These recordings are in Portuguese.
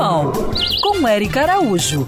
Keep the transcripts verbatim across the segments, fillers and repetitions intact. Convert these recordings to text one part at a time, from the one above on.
Animal, com Érica Araújo.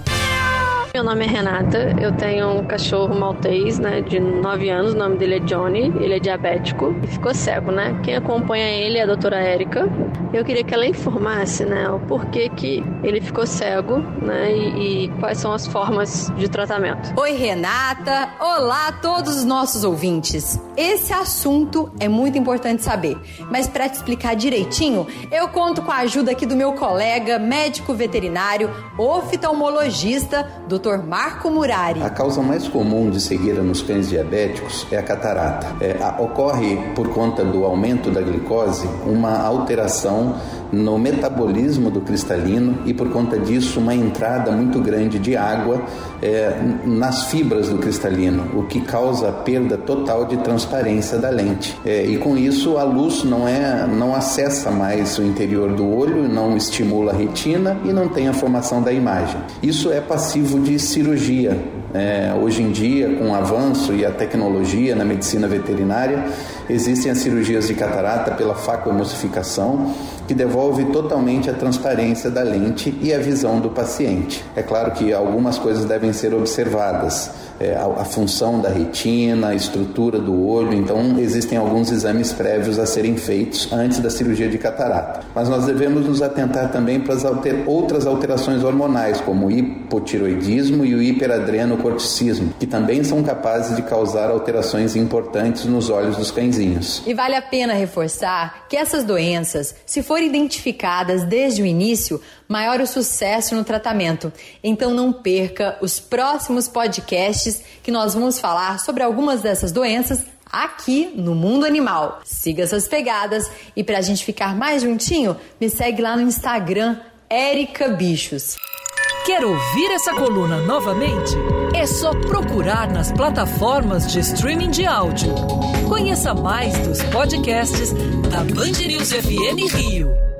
Meu nome é Renata, eu tenho um cachorro maltês, né, de nove anos, o nome dele é Johnny, ele é diabético e ficou cego, né? Quem acompanha ele é a doutora Érica. Eu queria que ela informasse, né, o porquê que ele ficou cego, né, e, e quais são as formas de tratamento. Oi, Renata! Olá a todos os nossos ouvintes! Esse assunto é muito importante saber, mas para te explicar direitinho, eu conto com a ajuda aqui do meu colega, médico veterinário, oftalmologista, doutor Marco Murari. A causa mais comum de cegueira nos cães diabéticos é a catarata. É, a, ocorre, por conta do aumento da glicose, uma alteração no metabolismo do cristalino e, por conta disso, uma entrada muito grande de água é, nas fibras do cristalino, o que causa a perda total de transparência da lente. É, e com isso, a luz não, é, não acessa mais o interior do olho, não estimula a retina e não tem a formação da imagem. Isso é passivo de cirurgia. É, hoje em dia, com o avanço e a tecnologia na medicina veterinária, existem as cirurgias de catarata pela facoemulsificação, que devolve totalmente a transparência da lente e a visão do paciente. É claro que algumas coisas devem ser observadas, é, a, a função da retina, a estrutura do olho, então existem alguns exames prévios a serem feitos antes da cirurgia de catarata. Mas nós devemos nos atentar também para as alter, outras alterações hormonais, como o hipotiroidismo e o hiperadrenocorticismo, que também são capazes de causar alterações importantes nos olhos dos cãezinhos. E vale a pena reforçar que essas doenças, se forem identificadas desde o início, maior o sucesso no tratamento. Então não perca os próximos podcasts que nós vamos falar sobre algumas dessas doenças aqui no Mundo Animal. Siga essas pegadas e para a gente ficar mais juntinho, me segue lá no Instagram, Érica Bichos. Quer ouvir essa coluna novamente? É só procurar nas plataformas de streaming de áudio. Conheça mais dos podcasts da Band News F M Rio.